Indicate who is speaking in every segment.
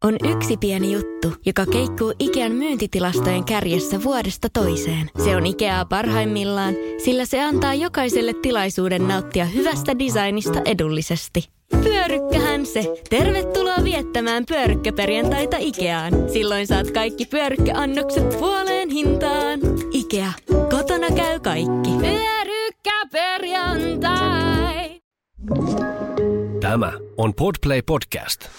Speaker 1: on yksi pieni juttu, joka keikkuu Ikean myyntitilastojen kärjessä vuodesta toiseen. Se on Ikeaa parhaimmillaan, sillä se antaa jokaiselle tilaisuuden nauttia hyvästä designista edullisesti. Pyörykkähän se! Tervetuloa viettämään pyörykkäperjantaita Ikeaan. Silloin saat kaikki pyörykkäannokset puoleen hintaan. Ikea. Kotona käy kaikki. Pyörykkäperjantai!
Speaker 2: Tämä on Podplay Podcast.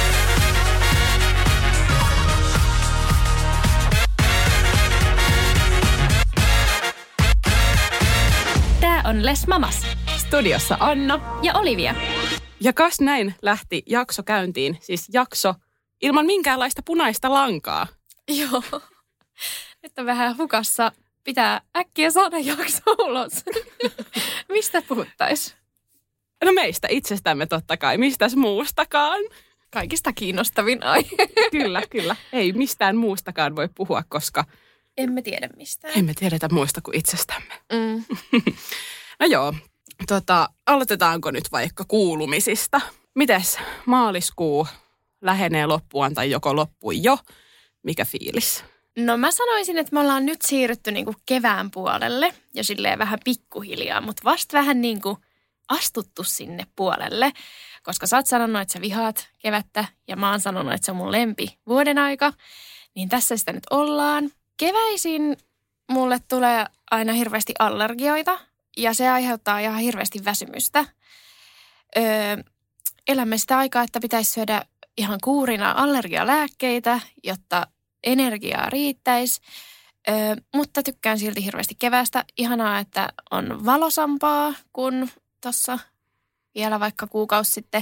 Speaker 3: Tää on Les Mamas.
Speaker 4: Studiossa Anna
Speaker 3: ja Olivia.
Speaker 4: Ja kas näin lähti jakso käyntiin, siis jakso ilman minkäänlaista punaista lankaa.
Speaker 3: Joo, nyt on vähän hukassa. Pitää äkkiä saada jakso ulos. Mistä puhuttais?
Speaker 4: No meistä itsestämme totta kai, mistäs muustakaan.
Speaker 3: Kaikista kiinnostavin aihe.
Speaker 4: Kyllä. Ei mistään muustakaan voi puhua, koska
Speaker 3: emme tiedä mistään.
Speaker 4: Emme tiedetä muista kuin itsestämme. No joo, aloitetaanko nyt vaikka kuulumisista? Mites maaliskuu lähenee loppuaan tai joko loppui jo? Mikä fiilis?
Speaker 3: No mä sanoisin, että me ollaan nyt siirrytty niinku kevään puolelle ja silleen vähän pikkuhiljaa, mutta vasta vähän niinku astuttu sinne puolelle, koska sä oot sanonut, että sä vihaat kevättä ja mä oon sanonut, että se on mun lempi vuoden aika, niin tässä sitä nyt ollaan. Keväisin mulle tulee aina hirveästi allergioita ja se aiheuttaa ihan hirveästi väsymystä. Elämme sitä aikaa, että pitäisi syödä ihan kuurina allergialääkkeitä, jotta energiaa riittäisi, mutta tykkään silti hirveästi keväästä. Ihanaa, että on valosampaa kuin tuossa vielä vaikka kuukausi sitten.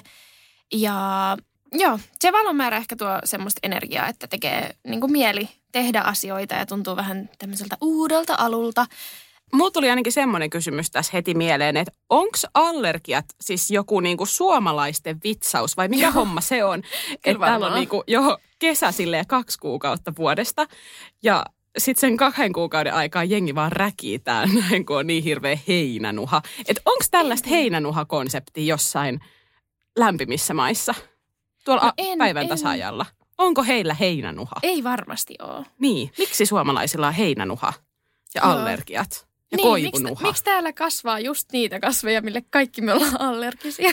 Speaker 3: Ja joo, se valonmäärä ehkä tuo semmoista energiaa, että tekee niin kuin mieli tehdä asioita ja tuntuu vähän tämmöiseltä uudelta alulta.
Speaker 4: Mulla tuli ainakin semmoinen kysymys tässä heti mieleen, että onko allergiat siis joku niinku suomalaisten vitsaus vai mikä homma se on? Että täällä on niinku jo kesä silleen 2 kuukautta vuodesta ja sitten sen 2 kuukauden aikaa jengi vaan räkii täällä näin, kun on niin hirveä heinänuha. Että onko tällaista heinänuha-konseptia jossain lämpimissä maissa? Tuolla päivän tasaajalla. Onko heillä heinänuha?
Speaker 3: Ei varmasti ole.
Speaker 4: Niin, miksi suomalaisilla on heinänuha ja allergiat? Ja
Speaker 3: niin, miksi täällä kasvaa just niitä kasveja, mille kaikki me ollaan allergisia?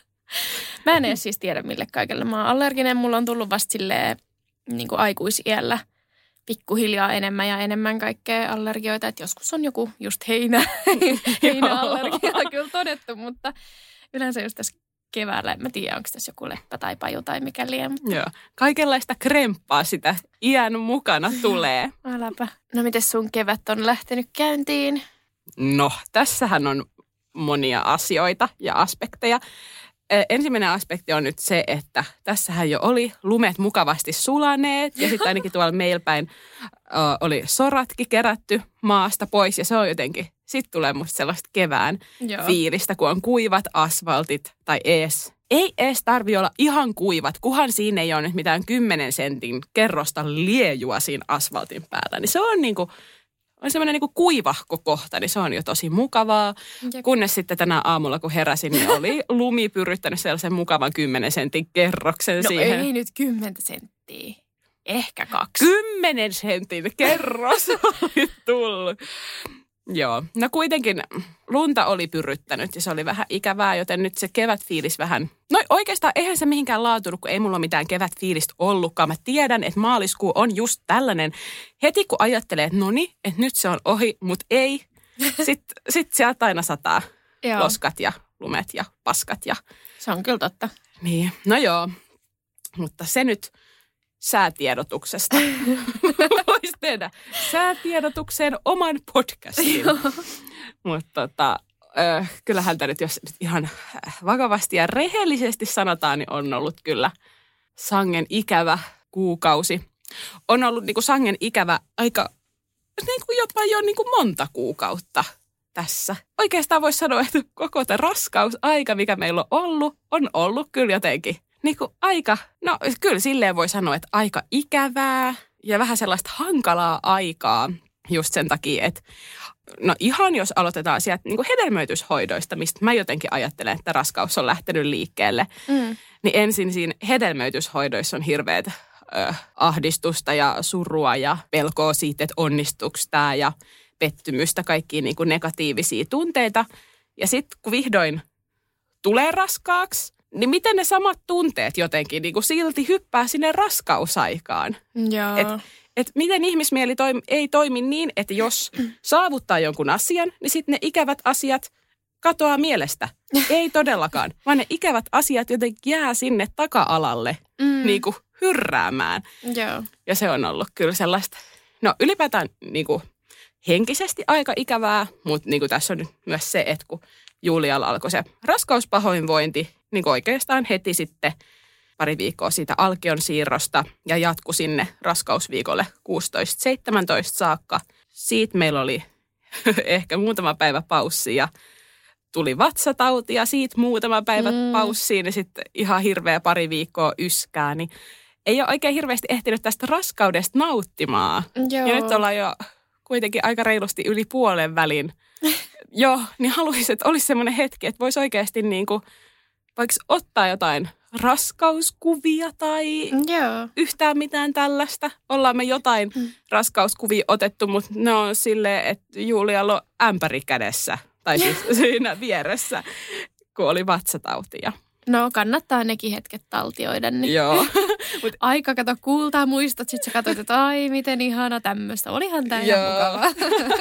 Speaker 3: Mä en edes siis tiedä, mille kaikille mä oon allerginen. Mulla on tullut vasta silleen niin kuin aikuisiällä pikkuhiljaa enemmän ja enemmän kaikkea allergioita. Että joskus on joku just heinäallergia kyllä todettu, mutta yleensä just tässä keväällä, en mä tiedä, onko tässä joku leppä tai paju tai mikä liian.
Speaker 4: Joo, kaikenlaista kremppaa sitä iän mukana tulee.
Speaker 3: Äläpä. No miten sun kevät on lähtenyt käyntiin?
Speaker 4: No, tässähän on monia asioita ja aspekteja. Ensimmäinen aspekti on nyt se, että tässähän jo oli lumet mukavasti sulaneet ja sitten ainakin tuolla meillä päin oli soratkin kerätty maasta pois ja se on jotenkin, sitten tulee musta sellaista kevään fiilistä, kun on kuivat asfaltit tai ei edes tarvitse olla ihan kuivat, kunhan siinä ei ole nyt mitään 10 sentin kerrosta liejua siinä asfaltin päällä, niin se on niinku on semmoinen niin kuin kuivahko kohta, niin se on jo tosi mukavaa. Kunnes sitten tänä aamulla, kun heräsin, niin oli lumi pyrryttänyt sellaisen mukavan 10 sentin kerroksen siihen.
Speaker 3: No ei nyt 10 senttiä. Ehkä 2.
Speaker 4: 10 sentin kerros oli tullut. Joo, no kuitenkin lunta oli pyrryttänyt ja se oli vähän ikävää, joten nyt se kevätfiilis vähän. No oikeastaan eihän se mihinkään laatunut, kun ei mulla mitään kevätfiilistä ollutkaan. Mä tiedän, että maaliskuu on just tällainen. Heti kun ajattelee, että noni, että nyt se on ohi, mutta ei. Sitten sieltä aina sataa loskat ja lumet ja paskat.
Speaker 3: Se on kyllä totta.
Speaker 4: Niin, no joo, mutta se nyt säätiedotuksesta. Voisi tehdä säätiedotukseen oman podcastin. Mutta kyllähän tämä nyt, jos nyt ihan vakavasti ja rehellisesti sanotaan, niin on ollut kyllä sangen ikävä kuukausi. On ollut niin kuin sangen ikävä aika niin kuin jopa jo niin kuin monta kuukautta tässä. Oikeastaan voisi sanoa, että koko tämä raskausaika, mikä meillä on ollut kyllä jotenkin niin kuin aika, no kyllä silleen voi sanoa, että aika ikävää ja vähän sellaista hankalaa aikaa just sen takia, että no ihan jos aloitetaan sieltä niin kuin hedelmöityshoidoista, mistä mä jotenkin ajattelen, että raskaus on lähtenyt liikkeelle, niin ensin siinä hedelmöityshoidoissa on hirveät ahdistusta ja surua ja pelkoa siitä, että onnistuuko tämä ja pettymystä, kaikkia niin kuin negatiivisia tunteita. Ja sitten kun vihdoin tulee raskaaksi, niin miten ne samat tunteet jotenkin niin kuin silti hyppää sinne raskausaikaan?
Speaker 3: Joo.
Speaker 4: Et miten ihmismieli ei toimi niin, että jos saavuttaa jonkun asian, niin sitten ne ikävät asiat katoaa mielestä. Ei todellakaan, vaan ne ikävät asiat jotenkin jää sinne taka-alalle niin kuin hyrräämään.
Speaker 3: Joo.
Speaker 4: Ja se on ollut kyllä sellaista, no ylipäätään niin kuin henkisesti aika ikävää, mutta niin kuin tässä on nyt myös se, että kun Julialla alkoi se raskauspahoinvointi, niin kuin oikeastaan heti sitten pari viikkoa siitä alkion siirrosta ja jatkui sinne raskausviikolle 16-17 saakka. Siitä meillä oli ehkä muutama päivä paussi ja tuli vatsatauti ja siitä muutama päivä paussiin ja sitten ihan hirveä pari viikkoa yskää. Niin ei ole oikein hirveästi ehtinyt tästä raskaudesta nauttimaan.
Speaker 3: Joo.
Speaker 4: Ja nyt ollaan jo kuitenkin aika reilusti yli puolen välin. Joo, niin haluaisin, että olisi semmoinen hetki, että voisi oikeasti niin kuin vaikka ottaa jotain raskauskuvia tai yhtään mitään tällaista. Ollaan me jotain raskauskuvia otettu, mutta ne on silleen, että Julialla on ämpäri kädessä. Tai siis siinä vieressä, kun oli vatsatautia.
Speaker 3: No kannattaa nekin hetket taltioida. Niin.
Speaker 4: Joo.
Speaker 3: Aika kato kultaa muistot, sit sä katsoit, että ai miten ihana tämmöistä. Olihan tää ihan mukavaa.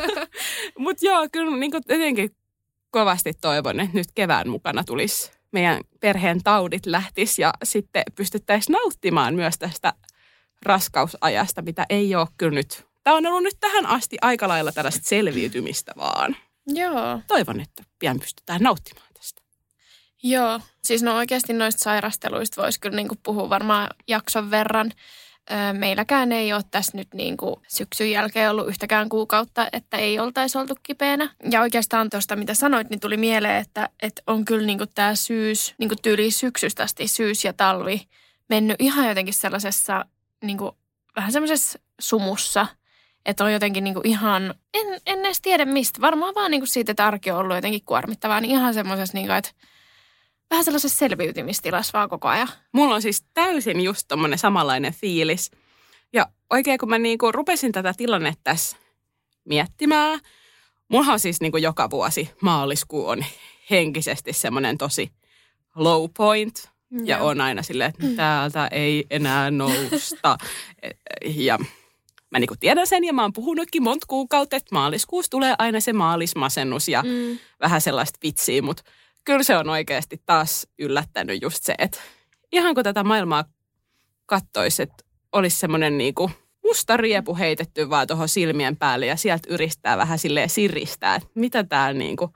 Speaker 4: Mutta joo, kyllä niin jotenkin kovasti toivon, että nyt kevään mukana tulisi meidän perheen taudit lähtis ja sitten pystyttäisiin nauttimaan myös tästä raskausajasta, mitä ei ole kyllä nyt. Tämä on ollut nyt tähän asti aika lailla tällaista selviytymistä vaan.
Speaker 3: Joo.
Speaker 4: Toivon, että pian pystytään nauttimaan tästä.
Speaker 3: Joo, siis no oikeasti noista sairasteluista voisi kyllä niinku puhua varmaan jakson verran. Meilläkään ei ole tässä nyt niinku syksyn jälkeen ollut yhtäkään kuukautta, että ei oltaisi oltu kipeänä. Ja oikeastaan tuosta, mitä sanoit, niin tuli mieleen, että on kyllä niinku tämä syys, niinku tyyli syksystä asti syys ja talvi mennyt ihan jotenkin sellaisessa niinku vähän semmoisessa sumussa. Että on jotenkin niinku ihan, en edes tiedä mistä, varmaan vaan niinku siitä, että arki on ollut jotenkin kuormittavaa, niin ihan semmoisessa, niinku, että vähän sellaisessa selviytymistilassa vaan koko ajan.
Speaker 4: Mulla on siis täysin just tommonen samanlainen fiilis. Ja oikein kun mä niinku rupesin tätä tilannetta tässä miettimään, mulla on siis niinku joka vuosi maaliskuu on henkisesti semmoinen tosi low point. Ja on aina silleen, että täältä ei enää nousta. Ja mä niinku tiedän sen ja mä oon puhunutkin monta kuukautta, että maaliskuussa tulee aina se maalismasennus ja vähän sellaista vitsiä, mutta kyllä se on oikeasti taas yllättänyt just se, että ihan kun tätä maailmaa kattoisi, että olisi semmoinen niinku musta riepu heitetty vaan tuohon silmien päälle ja sieltä yrittää vähän silleen siristää, että mitä täällä niinku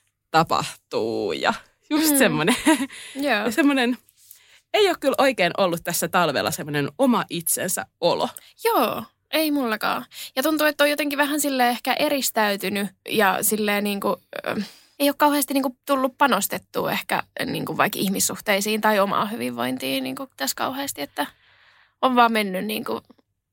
Speaker 4: tapahtuu ja just semmoinen. Ja semmoinen, ei ole kyllä oikein ollut tässä talvella semmoinen oma itsensä olo.
Speaker 3: Joo. Ei mullakaan. Ja tuntuu, että on jotenkin vähän silleen ehkä eristäytynyt ja silleen niinku, ei ole kauheasti niinku tullut panostettua ehkä niinku vaikka ihmissuhteisiin tai omaan hyvinvointiin niinku tässä kauheasti, että on vaan mennyt niinku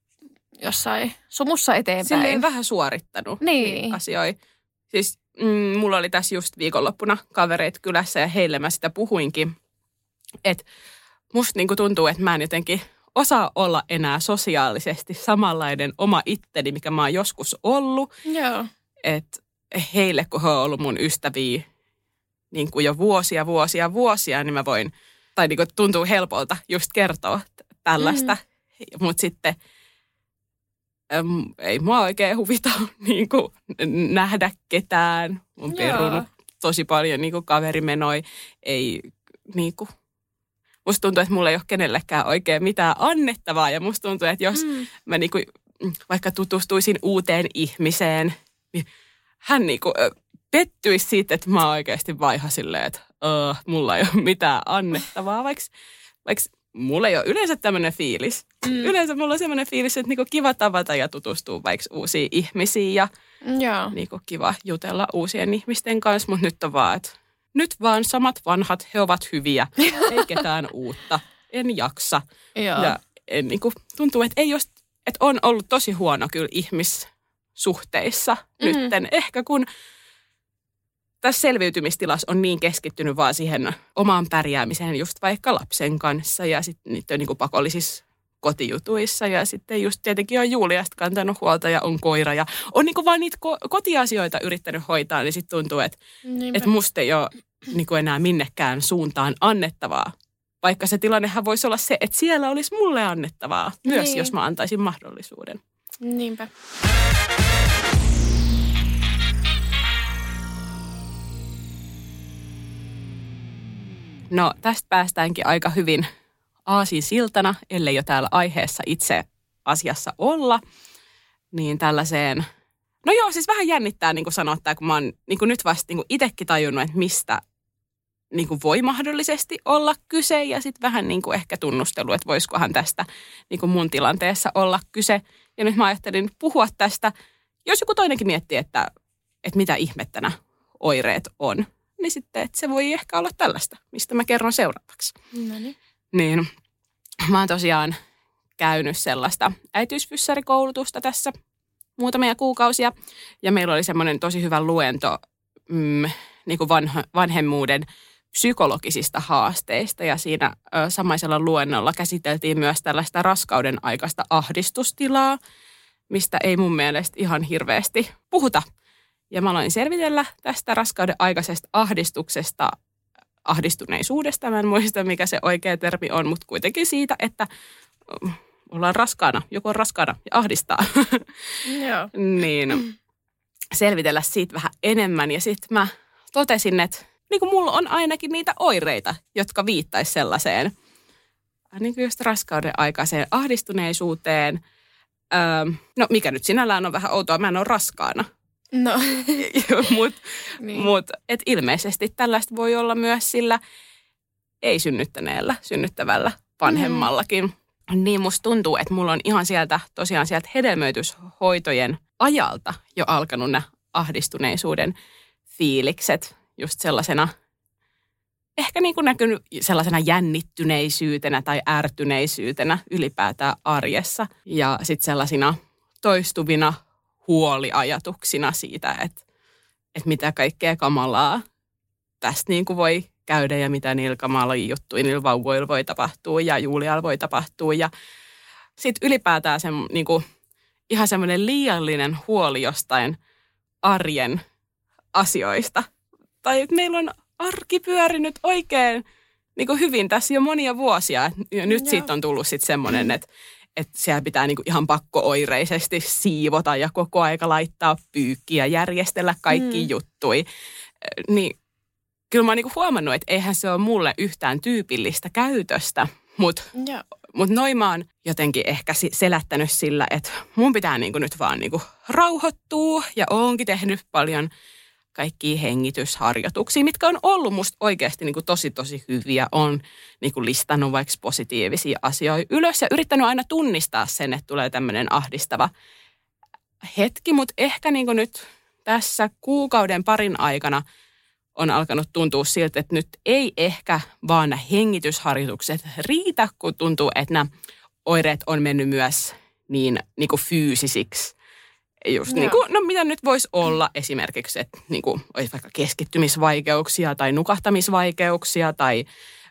Speaker 3: jossain sumussa eteenpäin.
Speaker 4: Silleen vähän suorittanut asioita. Siis mulla oli tässä just viikonloppuna kavereita kylässä ja heille mä sitä puhuinkin, että musta niinku tuntuu, että mä en jotenkin osaa olla enää sosiaalisesti samanlainen oma itteni, mikä mä oon joskus ollut.
Speaker 3: Joo.
Speaker 4: Että heille, kun he on ollut mun ystäviä niin kuin jo vuosia, niin mä voin, tai niin kuin tuntuu helpolta just kertoa tällaista. Mutta sitten ei mua oikein huvita niin kuin nähdä ketään. Mun perunut tosi paljon niin kuin kaverimenoja. Ei niin kuin. Musta tuntuu, että mulla ei ole kenellekään oikein mitään annettavaa ja musta tuntuu, että jos mä niinku, vaikka tutustuisin uuteen ihmiseen, niin hän niinku pettyisi siitä, että mä oikeasti vaiha silleen, että mulla ei ole mitään annettavaa, vaikka mulla ei ole yleensä tämmöinen fiilis. Yleensä mulla on semmoinen fiilis, että niinku kiva tavata ja tutustua vaikka uusiin ihmisiin ja niinku kiva jutella uusien ihmisten kanssa, mutta nyt on vaan, että nyt vaan samat vanhat, he ovat hyviä, ei ketään uutta, en jaksa. Ja en, niin kuin, tuntuu, että, että on ollut tosi huono kyllä ihmissuhteissa nytten. Ehkä kun tässä selviytymistilassa on niin keskittynyt vaan siihen omaan pärjäämiseen just vaikka lapsen kanssa ja sitten niiden niin kuin pakollisissa kotijutuissa ja sitten just tietenkin on Juliasta kantanut huolta ja on koira ja on niin kuin vaan niitä kotiasioita yrittänyt hoitaa, niin sitten tuntuu, että musta ei ole niin kuin enää minnekään suuntaan annettavaa. Vaikka se tilannehan voisi olla se, että siellä olisi mulle annettavaa myös, niin. Jos mä antaisin mahdollisuuden.
Speaker 3: Niinpä.
Speaker 4: No tästä päästäänkin aika hyvin aasinsiltana, ellei jo täällä aiheessa itse asiassa olla, niin tällaiseen, no joo, siis vähän jännittää niin kuin sanoa tämä, kun mä oon niin kuin nyt vasta niin kuin itsekin tajunnut, että mistä niin kuin voi mahdollisesti olla kyse ja sitten vähän niin kuin ehkä tunnustelu, että voisikohan tästä niin kuin mun tilanteessa olla kyse. Ja nyt mä ajattelin puhua tästä, jos joku toinenkin miettii, että mitä ihmettä nämä oireet on, niin sitten, että se voi ehkä olla tällaista, mistä mä kerron seuraavaksi. Niin, mä oon tosiaan käynyt sellaista äitiysfyssarikoulutusta tässä muutamia kuukausia. Ja meillä oli semmoinen tosi hyvä luento niin kuin vanhemmuuden psykologisista haasteista. Ja siinä samaisella luennolla käsiteltiin myös tällaista raskauden aikaista ahdistustilaa, mistä ei mun mielestä ihan hirveästi puhuta. Ja mä aloin selvitellä tästä raskauden aikaisesta ahdistuksesta, ahdistuneisuudesta. Mä en muista, mikä se oikea termi on, mutta kuitenkin siitä, että ollaan raskaana, joku on raskaana ja ahdistaa.
Speaker 3: Joo.
Speaker 4: Niin selvitellä siitä vähän enemmän. Ja sitten mä totesin, että niin kuin mulla on ainakin niitä oireita, jotka viittaisi sellaiseen niin kuin just raskauden aikaiseen ahdistuneisuuteen. No mikä nyt sinällään on vähän outoa, mä en ole raskaana.
Speaker 3: No.
Speaker 4: Mut et ilmeisesti tällaista voi olla myös sillä ei-synnyttäneellä, synnyttävällä vanhemmallakin. Niin musta tuntuu, että mulla on ihan sieltä hedelmöityshoitojen ajalta jo alkanut nämä ahdistuneisuuden fiilikset just sellaisena, ehkä niin kuin näkynyt sellaisena jännittyneisyytenä tai ärtyneisyytenä ylipäätään arjessa. Ja sitten sellaisina toistuvina huoliajatuksina siitä, että mitä kaikkea kamalaa tästä niin kuin voi käydä ja mitä niillä kamalilla juttuja niillä vauvoilla voi tapahtua ja Julialla voi tapahtua. Ja sitten ylipäätään se, niin kuin, ihan semmoinen liiallinen huoli jostain arjen asioista. Tai että meillä on arki pyörinyt oikein niin kuin hyvin tässä jo monia vuosia. Ja nyt siitä on tullut sitten semmoinen, että siellä pitää niinku ihan pakko-oireisesti siivota ja koko aika laittaa pyykkiä, järjestellä kaikki juttui. Niin kyllä mä oon niinku huomannut, että eihän se ole mulle yhtään tyypillistä käytöstä, mutta noin mä oon jotenkin ehkä selättänyt sillä, että mun pitää niinku nyt vaan niinku rauhoittua ja oonkin tehnyt paljon kaikkia hengitysharjoituksia, mitkä on ollut musta oikeasti niin kuin tosi hyviä. On niin kuin listannut vaikka positiivisia asioita ylös ja yrittänyt aina tunnistaa sen, että tulee tämmöinen ahdistava hetki. Mutta ehkä niin kuin nyt tässä kuukauden parin aikana on alkanut tuntua siltä, että nyt ei ehkä vaan nämä hengitysharjoitukset riitä, kun tuntuu, että nämä oireet on mennyt myös niin kuin fyysisiksi. Just niin kuin, no mitä nyt voisi olla esimerkiksi, että niin kuin olisi vaikka keskittymisvaikeuksia tai nukahtamisvaikeuksia tai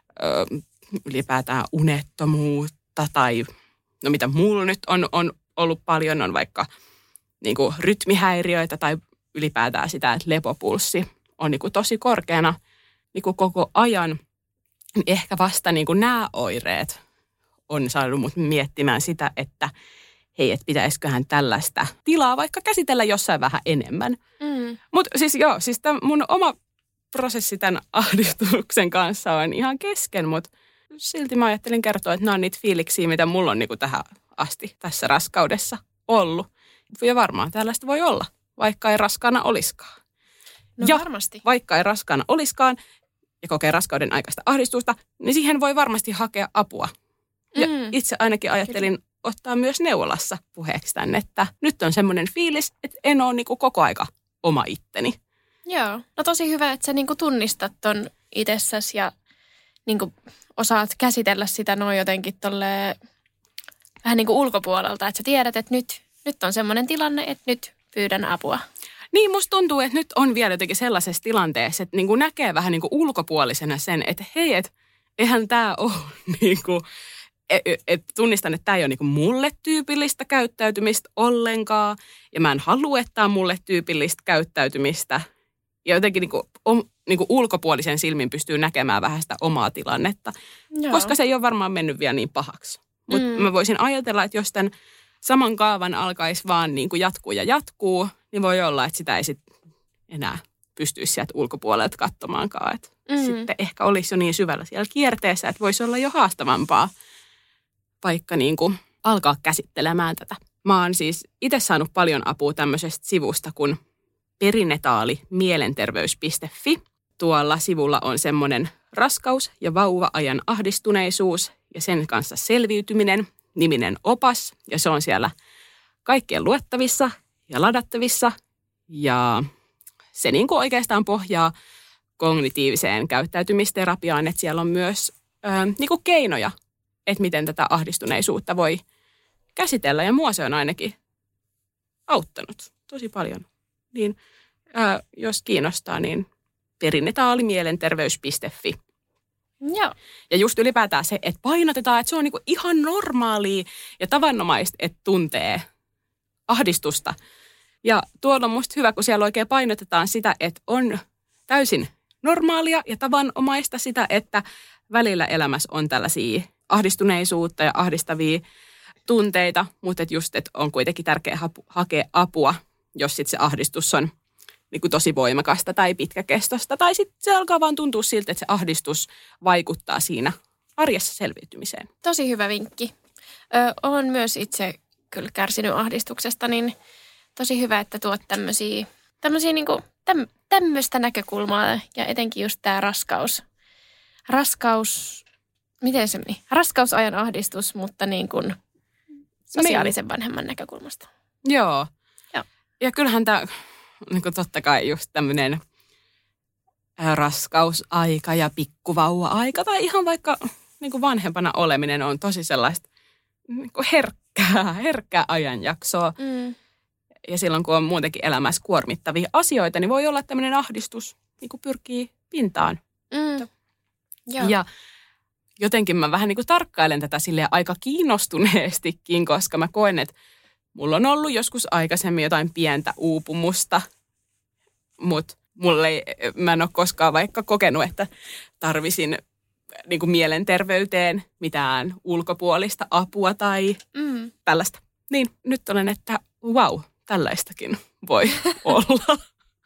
Speaker 4: ylipäätään unettomuutta tai no mitä mulla nyt on ollut paljon, on vaikka niin kuin rytmihäiriöitä tai ylipäätään sitä, että lepopulssi on niin kuin tosi korkeana niin kuin koko ajan. Ehkä vasta niin kuin nämä oireet on saanut mut miettimään sitä, että hei, että pitäisiköhän tällaista tilaa vaikka käsitellä jossain vähän enemmän. Mutta siis mun oma prosessi tämän ahdistuksen kanssa on ihan kesken, mutta silti mä ajattelin kertoa, että nämä on niitä fiiliksiä, mitä mulla on niinku tähän asti tässä raskaudessa ollut. Ja varmaan tällaista voi olla, vaikka ei raskaana olisikaan.
Speaker 3: No ja varmasti.
Speaker 4: Vaikka ei raskaana olisikaan ja kokee raskauden aikaista ahdistusta, niin siihen voi varmasti hakea apua. Ja itse ainakin ajattelin ottaa myös neuvolassa puheeksi tänne, että nyt on semmoinen fiilis, että en ole niinku koko aika oma itteni.
Speaker 3: Joo, no tosi hyvä, että sä niinku tunnistat ton itsessäsi ja niinku osaat käsitellä sitä noin jotenkin tolleen vähän niinku ulkopuolelta, että sä tiedät, että nyt on semmoinen tilanne, että nyt pyydän apua.
Speaker 4: Niin, musta tuntuu, että nyt on vielä jotenkin sellaisessa tilanteessa, että niinku näkee vähän niinku ulkopuolisena sen, että hei, että eihän tää ole niinku tunnistan, että tämä ei ole niinku mulle tyypillistä käyttäytymistä ollenkaan. Ja mä en halua, että tämä on mulle tyypillistä käyttäytymistä. Ja jotenkin niinku ulkopuolisen silmin pystyy näkemään vähän sitä omaa tilannetta. Joo. Koska se ei ole varmaan mennyt vielä niin pahaksi. Mutta mä voisin ajatella, että jos tämän saman kaavan alkaisi vaan niinku jatkuu, niin voi olla, että sitä ei sitten enää pystyisi sieltä ulkopuolelta katsomaankaan. Että sitten ehkä olisi jo niin syvällä siellä kierteessä, että voisi olla jo haastavampaa vaikka niinku alkaa käsittelemään tätä. Mä oon siis itse saanut paljon apua tämmöisestä sivusta kuin perinetaalimielenterveys.fi. Tuolla sivulla on semmoinen raskaus- ja vauva-ajan ahdistuneisuus ja sen kanssa selviytyminen -niminen opas. Ja se on siellä kaikkien luettavissa ja ladattavissa. Ja se niin kuin oikeastaan pohjaa kognitiiviseen käyttäytymisterapiaan, että siellä on myös niin kuin keinoja, että miten tätä ahdistuneisuutta voi käsitellä. Ja mua se on ainakin auttanut tosi paljon. Niin jos kiinnostaa, niin perinetaalimielenterveys.fi.
Speaker 3: Joo.
Speaker 4: Ja just ylipäätään se, että painotetaan, että se on niinku ihan normaalia ja tavanomaista, että tuntee ahdistusta. Ja tuolla on musta hyvä, kun siellä oikein painotetaan sitä, että on täysin normaalia ja tavanomaista sitä, että välillä elämässä on tällaisia ahdistuneisuutta ja ahdistavia tunteita, mutta että just, että on kuitenkin tärkeää hakea apua, jos sitten se ahdistus on niin kuin tosi voimakasta tai pitkäkestoista. Tai sitten se alkaa vaan tuntua siltä, että se ahdistus vaikuttaa siinä arjessa selviytymiseen.
Speaker 3: Tosi hyvä vinkki. Olen myös itse kyllä kärsinyt ahdistuksesta, niin tosi hyvä, että tuot tämmöisiä niinku, tämmöistä näkökulmaa. Ja etenkin just tämä miten se meni? Raskausajan ahdistus, mutta niin kuin sosiaalisen vanhemman näkökulmasta.
Speaker 4: Joo. Ja kyllähän tämä, niin kuin totta kai just tämmöinen raskausaika ja pikkuvauva-aika tai ihan vaikka niin kuin vanhempana oleminen on tosi sellaista niin kuin herkkää ajanjaksoa. Ja silloin, kun on muutenkin elämässä kuormittavia asioita, niin voi olla, että tämmöinen ahdistus niin kuin pyrkii pintaan. Ja jotenkin mä vähän niin kuin tarkkailen tätä silleen aika kiinnostuneestikin, koska mä koen, että mulla on ollut joskus aikaisemmin jotain pientä uupumusta, mutta mä en ole koskaan vaikka kokenut, että tarvisin niin kuin mielenterveyteen mitään ulkopuolista apua tai tällaista. Niin nyt olen, että vau, tällaistakin voi olla.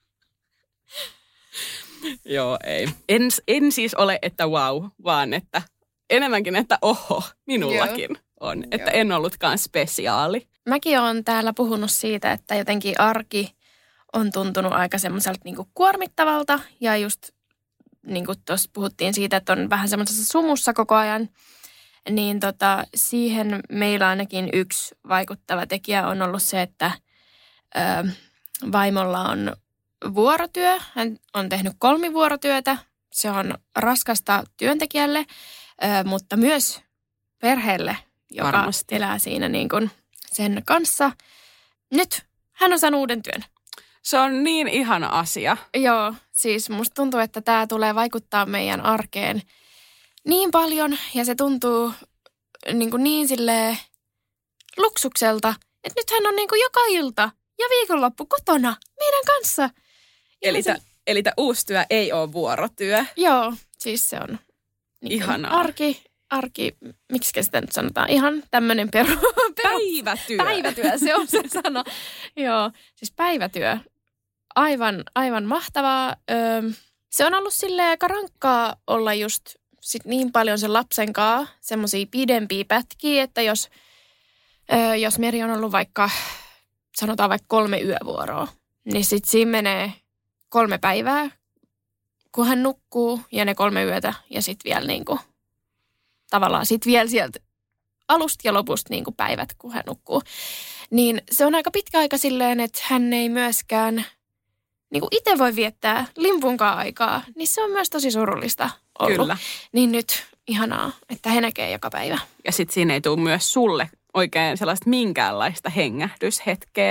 Speaker 4: Joo, ei. En siis ole, että vau, vaan että enemmänkin, että oho, minullakin on. Että en ollutkaan spesiaali.
Speaker 3: Mäkin olen täällä puhunut siitä, että jotenkin arki on tuntunut aika semmoiselta niin kuin kuormittavalta. Ja just niin kuin tuossa puhuttiin siitä, että on vähän semmoisessa sumussa koko ajan. Niin siihen meillä ainakin yksi vaikuttava tekijä on ollut se, että vaimolla on vuorotyö. Hän on tehnyt 3 vuorotyötä. Se on raskasta työntekijälle, mutta myös perheelle, joka varmasti elää siinä niin kuin sen kanssa. Nyt hän on saanut uuden työn.
Speaker 4: Se on niin ihana asia.
Speaker 3: Joo, siis musta tuntuu, että tämä tulee meidän arkeen niin paljon ja se tuntuu niin silleen luksukselta, että nyt hän on niin kuin joka ilta ja viikonloppu kotona meidän kanssa.
Speaker 4: Eli tämä uusi työ ei ole vuorotyö.
Speaker 3: Joo, siis se on niin arki, miksi sitä nyt sanotaan, ihan tämmöinen
Speaker 4: päivätyö.
Speaker 3: Päivätyö, se on se sana. Joo, siis päivätyö. Aivan mahtavaa. Se on ollut silleen aika rankkaa olla just sit niin paljon sen lapsen kanssa semmoisia pidempiä pätkiä, että jos Meri on ollut sanotaan vaikka 3 yövuoroa, niin sitten siinä menee 3 päivää, kun hän nukkuu ja ne 3 yötä ja sitten vielä niinku tavallaan sitten vielä sieltä alusta ja lopusta niinku päivät, kun hän nukkuu. Niin se on aika pitkä aika silleen, että hän ei myöskään niinku itse voi viettää limpunkaan aikaa, niin se on myös tosi surullista ollut.
Speaker 4: Kyllä.
Speaker 3: Niin nyt ihanaa, että he näkee joka päivä.
Speaker 4: Ja sitten siinä ei tule myös sulle oikein sellaista minkäänlaista hengähdyshetkeä.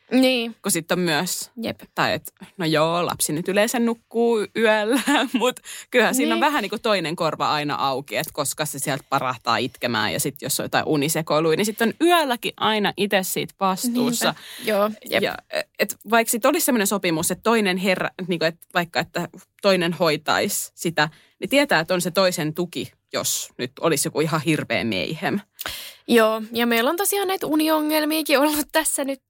Speaker 3: Niin.
Speaker 4: Kun sitten on myös,
Speaker 3: Jep.
Speaker 4: tai että no joo, lapsi nyt yleensä nukkuu yöllä, mutta kyllähän siinä on vähän niin kuin toinen korva aina auki, että koska se sieltä parahtaa itkemään ja sitten jos on jotain unisekoiluja, niin sitten on yölläkin aina itse siitä vastuussa.
Speaker 3: Niinpä. Joo, jep.
Speaker 4: Ja et vaikka sitten olisi sellainen sopimus, että toinen niin kuin, että vaikka että toinen hoitaisi sitä, niin tietää, että on se toisen tuki, jos nyt olisi joku ihan hirveä meihem.
Speaker 3: Joo, ja meillä on tosiaan näitä uniongelmiakin ollut tässä nyt.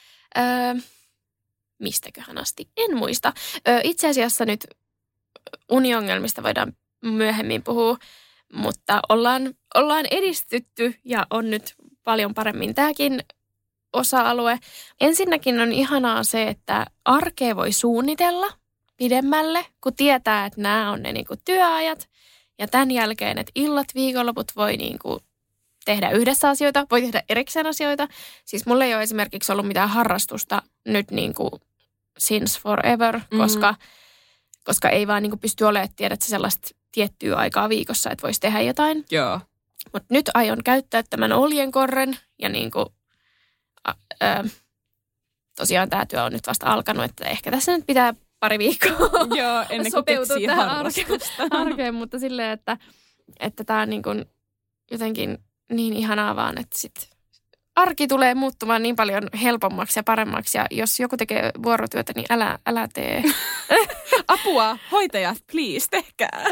Speaker 3: Mistäköhän asti? En muista. Itse asiassa nyt uniongelmista voidaan myöhemmin puhua, mutta ollaan edistytty ja on nyt paljon paremmin tämäkin osa-alue. Ensinnäkin on ihanaa se, että arkea voi suunnitella pidemmälle, kun tietää, että nämä on ne niinku työajat. Ja tämän jälkeen, että illat, viikonloput voi niinku tehdä yhdessä asioita, voi tehdä erikseen asioita. Siis mulla ei ole esimerkiksi ollut mitään harrastusta nyt niinku since forever, koska ei vaan niinku pysty olemaan, että tiedät sellaista tiettyä aikaa viikossa, että voisi tehdä jotain.
Speaker 4: Joo.
Speaker 3: Mutta nyt aion käyttää tämän oljenkorren ja niinku, tosiaan tämä työ on nyt vasta alkanut, että ehkä tässä nyt pitää pari viikkoa
Speaker 4: Joo, ennen kuin keksii harrastusta.
Speaker 3: Arkeen, mutta silleen, että tämä on niin kuin jotenkin niin ihanaa vaan, että sitten arki tulee muuttumaan niin paljon helpommaksi ja paremmaksi. Ja jos joku tekee vuorotyötä, niin älä tee.
Speaker 4: Apua, hoitajat, please, tehkää.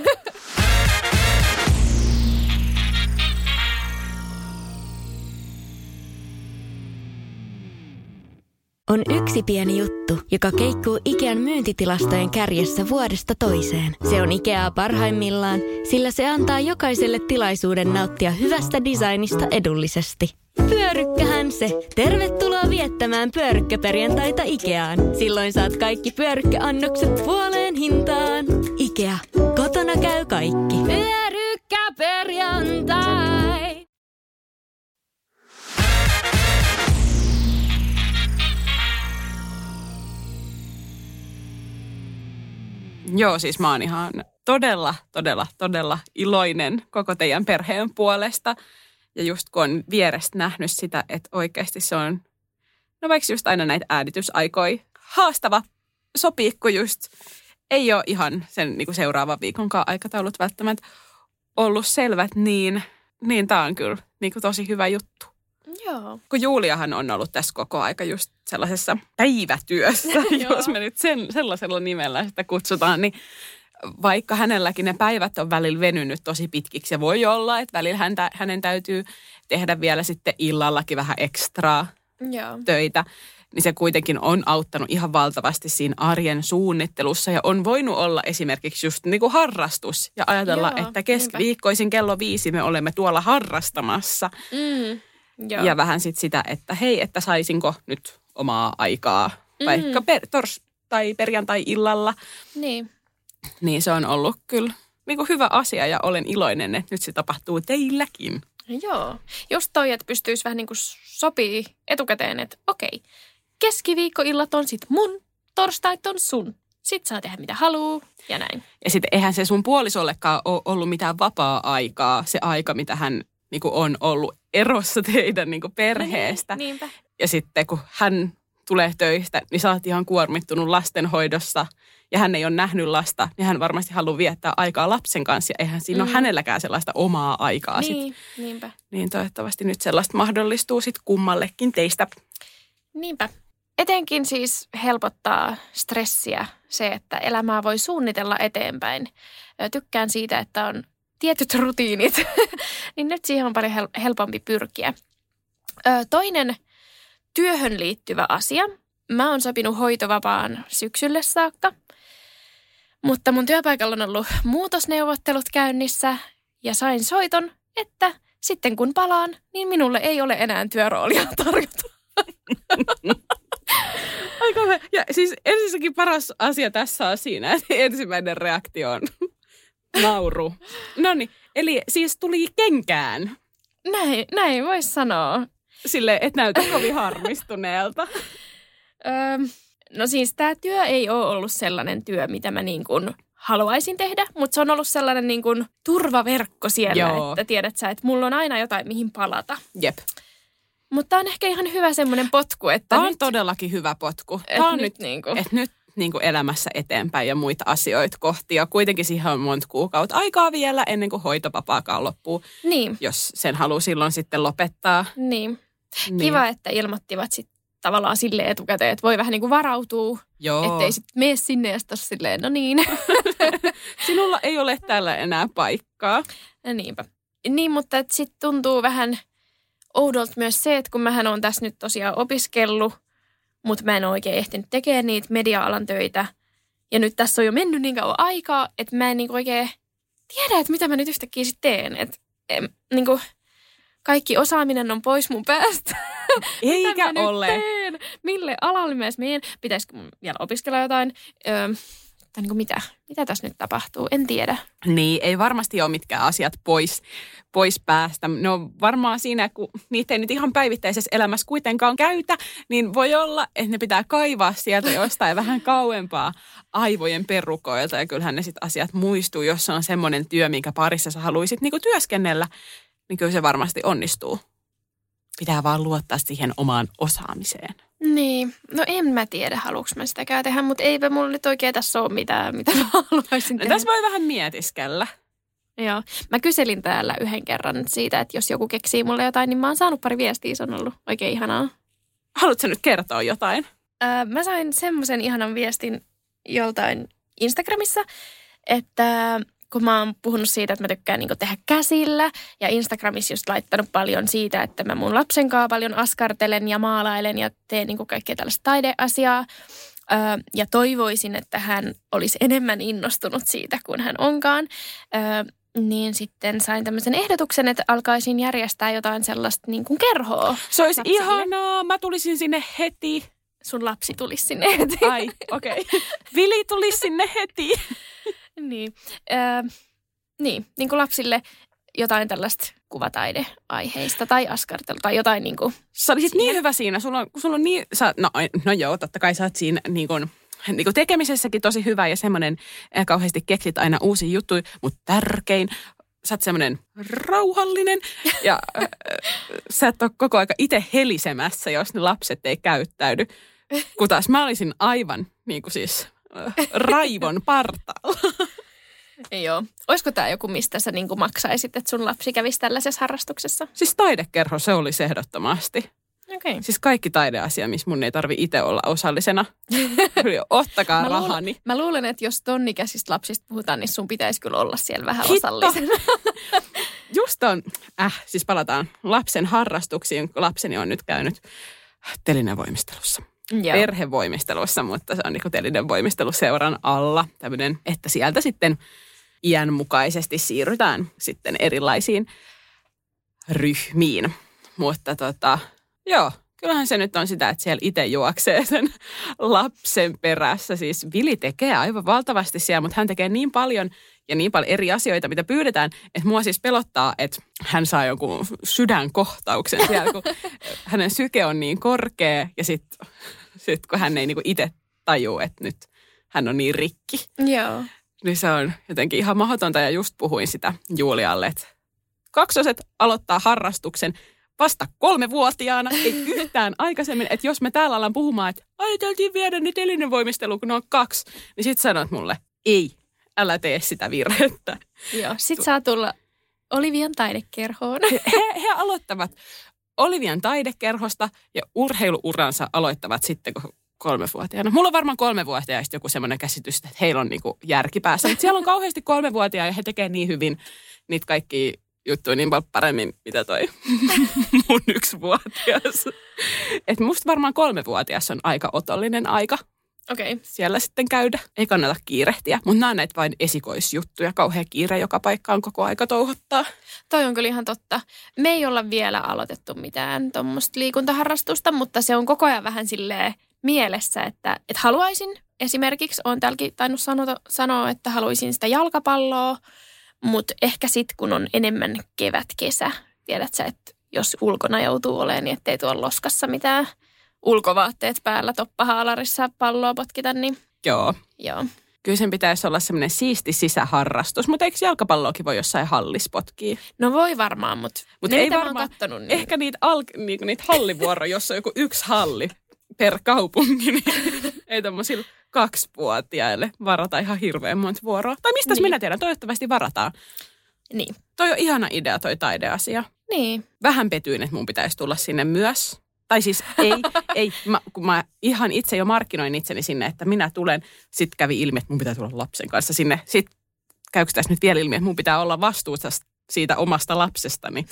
Speaker 1: On yksi pieni juttu, joka keikkuu Ikean myyntitilastojen kärjessä vuodesta toiseen. Se on Ikeaa parhaimmillaan, sillä se antaa jokaiselle tilaisuuden nauttia hyvästä designista edullisesti. Pyörykkähän se! Tervetuloa viettämään pyörykkäperjantaita Ikeaan. Silloin saat kaikki pyörykkäannokset puoleen hintaan. Ikea. Kotona käy kaikki. Pyörykkäperjantai!
Speaker 4: Joo, siis mä oon ihan todella iloinen koko teidän perheen puolesta. Ja just kun on vierestä nähnyt sitä, että oikeasti se on, no vaikka just aina näitä äänitysaikoja haastava sopii, kun just ei ole ihan sen niin kuin seuraavan viikonkaan aikataulut välttämättä ollut selvät, niin tää on kyllä niin kuin tosi hyvä juttu.
Speaker 3: Joo.
Speaker 4: Kun Juliahan on ollut tässä koko aika just sellaisessa päivätyössä, jos me nyt sellaisella nimellä sitä kutsutaan, niin vaikka hänelläkin ne päivät on välillä venynyt tosi pitkiksi ja voi olla, että välillä hänen täytyy tehdä vielä sitten illallakin vähän ekstraa töitä, niin se kuitenkin on auttanut ihan valtavasti siinä arjen suunnittelussa ja on voinut olla esimerkiksi just niin kuin harrastus ja ajatella, että keskiviikkoisin kello 5 me olemme tuolla harrastamassa. Ja vähän sitten sitä, että hei, että saisinko nyt omaa aikaa vaikka tai perjantai-illalla. Niin se on ollut kyllä niin kuin hyvä asia ja olen iloinen, että nyt se tapahtuu teilläkin.
Speaker 3: Joo. Just toi, että pystyisi vähän niin kuin sopii etukäteen, että okei, keskiviikkoillat on sit mun, torstait on sun. Sitten saa tehdä mitä haluu ja näin.
Speaker 4: Ja sitten eihän se sun puolisollekaan ole ollut mitään vapaa-aikaa, se aika, mitä hän niin kuin on ollut erossa teidän niin kuin perheestä.
Speaker 3: Niinpä.
Speaker 4: Ja sitten kun hän tulee töistä, niin sä oot ihan kuormittunut lastenhoidossa ja hän ei ole nähnyt lasta, niin hän varmasti haluaa viettää aikaa lapsen kanssa ja eihän siinä ole hänelläkään sellaista omaa aikaa.
Speaker 3: Niinpä.
Speaker 4: Niin toivottavasti nyt sellaista mahdollistuu sitten kummallekin teistä.
Speaker 3: Niinpä. Etenkin siis helpottaa stressiä se, että elämää voi suunnitella eteenpäin. Tykkään siitä, että on tietyt rutiinit, niin nyt siihen on paljon helpompi pyrkiä. Toinen työhön liittyvä asia. Mä oon sopinut hoitovapaan syksylle saakka, mutta mun työpaikalla on ollut muutosneuvottelut käynnissä ja sain soiton, että sitten kun palaan, niin minulle ei ole enää työroolia tarjota.
Speaker 4: Aika hyvä. Ja siis ensinnäkin paras asia tässä on siinä, että ensimmäinen reaktio on nauru. Noniin, eli siis tuli kenkään.
Speaker 3: Näin voisi sanoa.
Speaker 4: Silleen, et näytä kovin harmistuneelta.
Speaker 3: No siis tämä työ ei ole ollut sellainen työ, mitä mä niin kuin haluaisin tehdä, mutta se on ollut sellainen niin kuin turvaverkko siellä, että tiedät sä, että mulla on aina jotain mihin palata.
Speaker 4: Jep.
Speaker 3: Mutta tämä on ehkä ihan hyvä semmoinen potku, että
Speaker 4: tämä on
Speaker 3: nyt,
Speaker 4: todellakin hyvä potku. Tämä on nyt elämässä eteenpäin ja muita asioita kohti. Ja kuitenkin siihen on monta kuukautta aikaa vielä ennen kuin hoitovapaakaan loppuu.
Speaker 3: Niin.
Speaker 4: Jos sen haluaa silloin sitten lopettaa.
Speaker 3: Niin. Kiva, että ilmoittivat sitten tavallaan silleen etukäteen, että voi vähän niin kuin varautua.
Speaker 4: Joo.
Speaker 3: Ettei sitten mene sinne ja sitten silleen, no niin.
Speaker 4: Sinulla ei ole täällä enää paikkaa.
Speaker 3: Niinpä. Niin, mutta sitten tuntuu vähän oudolta myös se, että kun mähän olen tässä nyt tosiaan opiskellut, mutta mä en ole oikein ehtinyt tekemään niitä media-alan töitä. Ja nyt tässä on jo mennyt niin kauan aikaa, että mä en niin oikein tiedä, että mitä mä nyt yhtäkkiä sitten teen. Että niin kaikki osaaminen on pois mun päästä.
Speaker 4: Eikä ole.
Speaker 3: Teen? Mille alalle mä menen? Pitäisikö mun vielä opiskella jotain? Tai niin kuin mitä tässä nyt tapahtuu? En tiedä.
Speaker 4: Niin, ei varmasti ole mitkään asiat pois päästä. No varmaan siinä, kun niitä ei nyt ihan päivittäisessä elämässä kuitenkaan käytä, niin voi olla, että ne pitää kaivaa sieltä jostain vähän kauempaa aivojen perukoilta. Ja kyllähän ne sitten asiat muistuu, jos on semmoinen työ, minkä parissa sä haluaisit niin kuin työskennellä, niin kyllä se varmasti onnistuu. Pitää vaan luottaa siihen omaan osaamiseen.
Speaker 3: Niin, no en mä tiedä, haluanko mä sitäkään tehdä, mutta eipä mulla nyt oikein tässä ole mitään, mitä mä haluaisin tehdä.
Speaker 4: Tässä voi vähän mietiskellä.
Speaker 3: Joo, mä kyselin täällä yhden kerran siitä, että jos joku keksii mulle jotain, niin mä oon saanut pari viestiä, se on ollut oikein ihanaa.
Speaker 4: Haluatko nyt kertoa jotain?
Speaker 3: Mä sain semmoisen ihanan viestin joltain Instagramissa, että kun mä oon puhunut siitä, että mä tykkään niin tehdä käsillä ja Instagramissa just laittanut paljon siitä, että mä mun lapsen kanssa paljon askartelen ja maalailen ja teen niin kaikkea tällaista taideasiaa. Ja toivoisin, että hän olisi enemmän innostunut siitä kuin hän onkaan. Niin sitten sain tämmöisen ehdotuksen, että alkaisin järjestää jotain sellaista niin kuin kerhoa.
Speaker 4: Se olisi ihanaa, mä tulisin sinne heti.
Speaker 3: Sun lapsi tulisi sinne heti.
Speaker 4: Ai, okei. Okay. Vili tulisi sinne heti.
Speaker 3: Niin. Niin kuin lapsille jotain tällaista kuvataideaiheista tai askartelua tai jotain niin kuin.
Speaker 4: Sä olisit niin hyvä siinä. Sulla on niin, no joo, totta kai sä oot siinä niin kuin tekemisessäkin tosi hyvä ja semmoinen kauheasti keksit aina uusia juttuja, mutta tärkein, sä oot semmoinen rauhallinen ja sä et ole koko aika itse helisemässä, jos ne lapset ei käyttäydy. Kun taas mä olisin aivan niin kuin siis raivon partaalla.
Speaker 3: Joo. Olisiko tämä joku, mistä sä niin kuin maksaisit, että sun lapsi kävisi tällaisessa harrastuksessa?
Speaker 4: Siis taidekerho, se olisi ehdottomasti.
Speaker 3: Okay.
Speaker 4: Siis kaikki taideasia, missä mun ei tarvi itse olla osallisena. Ottakaa rahani.
Speaker 3: Mä luulen, että jos tonnikäisistä lapsista puhutaan, niin sun pitäisi kyllä olla siellä vähän osallisena.
Speaker 4: Just on, siis palataan lapsen harrastuksiin. Lapseni on nyt käynyt telinevoimistelussa.
Speaker 3: Joo.
Speaker 4: Perhevoimistelussa, mutta se on niin telinevoimisteluseuran alla tämmöinen, että sieltä sitten iän mukaisesti siirrytään sitten erilaisiin ryhmiin. Mutta joo, kyllähän se nyt on sitä, että siellä itse juoksee sen lapsen perässä. Siis Vili tekee aivan valtavasti siellä, mutta hän tekee niin paljon ja niin paljon eri asioita, mitä pyydetään, että mua siis pelottaa, että hän saa jonkun sydänkohtauksen siellä, kun hänen syke on niin korkea ja sitten kun hän ei niinku itse tajuu, että nyt hän on niin rikki.
Speaker 3: Joo.
Speaker 4: Niin se on jotenkin ihan mahdotonta ja just puhuin sitä Julialle, että kaksoset aloittaa harrastuksen vasta 3-vuotiaana, ei yhtään aikaisemmin, että jos me täällä ollaan puhumaan, että ajateltiin viedä nyt telinevoimistelu, kun ne on 2, niin sit sanot mulle, ei, älä tee sitä virhettä.
Speaker 3: Joo, sit saa tulla Olivian taidekerhoon.
Speaker 4: He aloittavat Olivian taidekerhosta ja urheiluuransa aloittavat sitten 3-vuotiaana. Mulla on varmaan 3-vuotiaista joku semmoinen käsitys, että heillä on niinku järki päässä. Mutta siellä on kauheasti 3-vuotiaita ja he tekee niin hyvin niitä kaikkia juttuja niin paljon paremmin, mitä toi mun 1-vuotias. Että musta varmaan 3-vuotias on aika otollinen aika.
Speaker 3: Okei.
Speaker 4: Siellä sitten käydä. Ei kannata kiirehtiä, mutta nämä on näitä vain esikoisjuttuja. Kauhea kiire joka paikkaan koko aika touhottaa.
Speaker 3: Toi on kyllä ihan totta. Me ei olla vielä aloitettu mitään tuommoista liikuntaharrastusta, mutta se on koko ajan vähän silleen mielessä, että haluaisin. Esimerkiksi olen täälläkin tainnut sanoa, että haluaisin sitä jalkapalloa, mutta ehkä sitten kun on enemmän kevät-kesä, tiedät sä, että jos ulkona joutuu olemaan, niin ettei tuolla loskassa mitään ulkovaatteet päällä toppahaalarissa palloa potkita, niin
Speaker 4: Joo. Kyllä sen pitäisi olla semmoinen siisti sisäharrastus, mutta eikö jalkapalloakin voi jossain hallissa potkia?
Speaker 3: No voi varmaan, mutta
Speaker 4: ei
Speaker 3: mitä
Speaker 4: varmaan,
Speaker 3: mä oon kattonut, niin...
Speaker 4: Ehkä niitä hallivuoroja, jossa on joku yksi halli per kaupunki, niin ei tommosilla 2-vuotiaille varata ihan hirveän monta vuoroa. Tai mistäs minä tiedän, toivottavasti varataan.
Speaker 3: Niin.
Speaker 4: Toi on ihana idea, toi taideasia.
Speaker 3: Niin.
Speaker 4: Vähän petyin, että mun pitäisi tulla sinne myös. Tai siis ei, kun mä ihan itse jo markkinoin itseni sinne, että minä tulen. Sitten kävi ilmi, että mun pitää tulla lapsen kanssa sinne. Sitten käykö tässä nyt vielä ilmi, että mun pitää olla vastuussa siitä omasta lapsestani.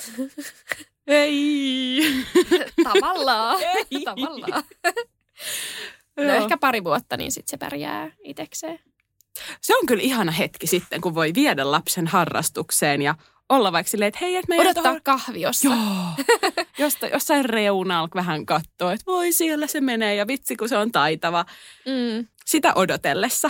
Speaker 4: Ei.
Speaker 3: Tavallaan.
Speaker 4: Ei.
Speaker 3: Tavallaan. No ehkä pari vuotta, niin sitten se pärjää itsekseen.
Speaker 4: Se on kyllä ihana hetki sitten, kun voi viedä lapsen harrastukseen ja olla vaikka silleen, että hei, että me
Speaker 3: odottaa kahviossa.
Speaker 4: Joo. Jossain reunalla vähän katsoo, että voi siellä se menee ja vitsi, kun se on taitava. Sitä odotellessa.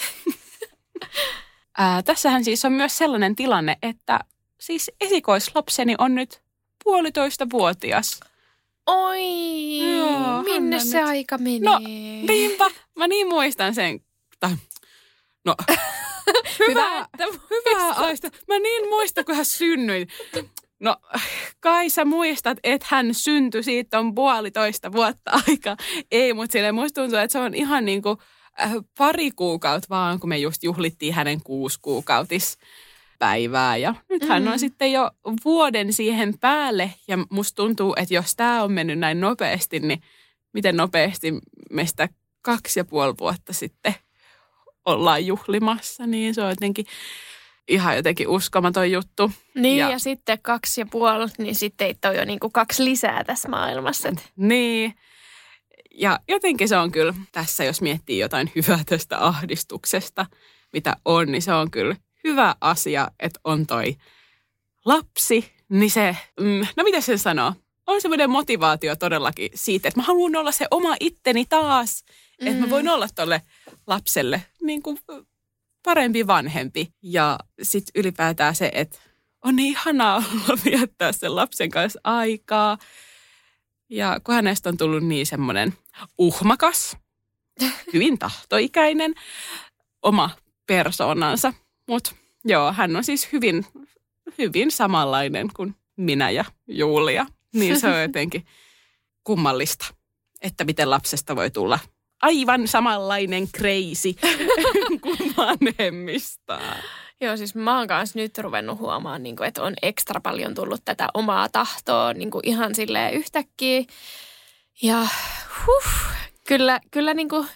Speaker 4: Tässähän siis on myös sellainen tilanne, että siis esikoislapseni on nyt 1,5-vuotias.
Speaker 3: Oi,
Speaker 4: Joo,
Speaker 3: minne se nyt aika menee?
Speaker 4: No, niinpä. Mä niin muistan sen. No, hyvä aista. Mä niin muistan, kun hän synnyi. No, kai sä muistat, että hän syntyi, siitä on 1,5 vuotta aikaa. Ei, mutta silleen musta tuntuu, että se on ihan niin kuin pari kuukautta vaan, kun me just juhlittiin hänen 6-kuukautispäivää. Ja nyt hän on sitten jo vuoden siihen päälle. Ja musta tuntuu, että jos tää on mennyt näin nopeasti, niin miten nopeasti me sitä 2,5 vuotta sitten ollaan juhlimassa, niin se on ihan jotenkin uskomaton juttu.
Speaker 3: Niin, ja sitten 2,5, niin sitten ei ole jo niin kuin 2 lisää tässä maailmassa.
Speaker 4: Niin, ja jotenkin se on kyllä tässä, jos miettii jotain hyvää tästä ahdistuksesta, mitä on, niin se on kyllä hyvä asia, että on toi lapsi, niin se, no miten sen sanoo? On semmoinen motivaatio todellakin siitä, että mä haluan olla se oma itteni taas, että mä voin olla tolle lapselle niin kuin parempi vanhempi. Ja sitten ylipäätään se, että on niin ihanaa olla viettää sen lapsen kanssa aikaa. Ja kun hänestä on tullut niin semmoinen uhmakas, hyvin tahtoikäinen, oma persoonansa. Mutta joo, hän on siis hyvin samanlainen kuin minä ja Julia. Niin se on jotenkin kummallista, että miten lapsesta voi tulla aivan samanlainen crazy kuin vanhemmistaan.
Speaker 3: Joo, siis mä oon kanssa nyt ruvennut huomaan, että on ekstra paljon tullut tätä omaa tahtoa ihan silleen yhtäkkiä. Ja kyllä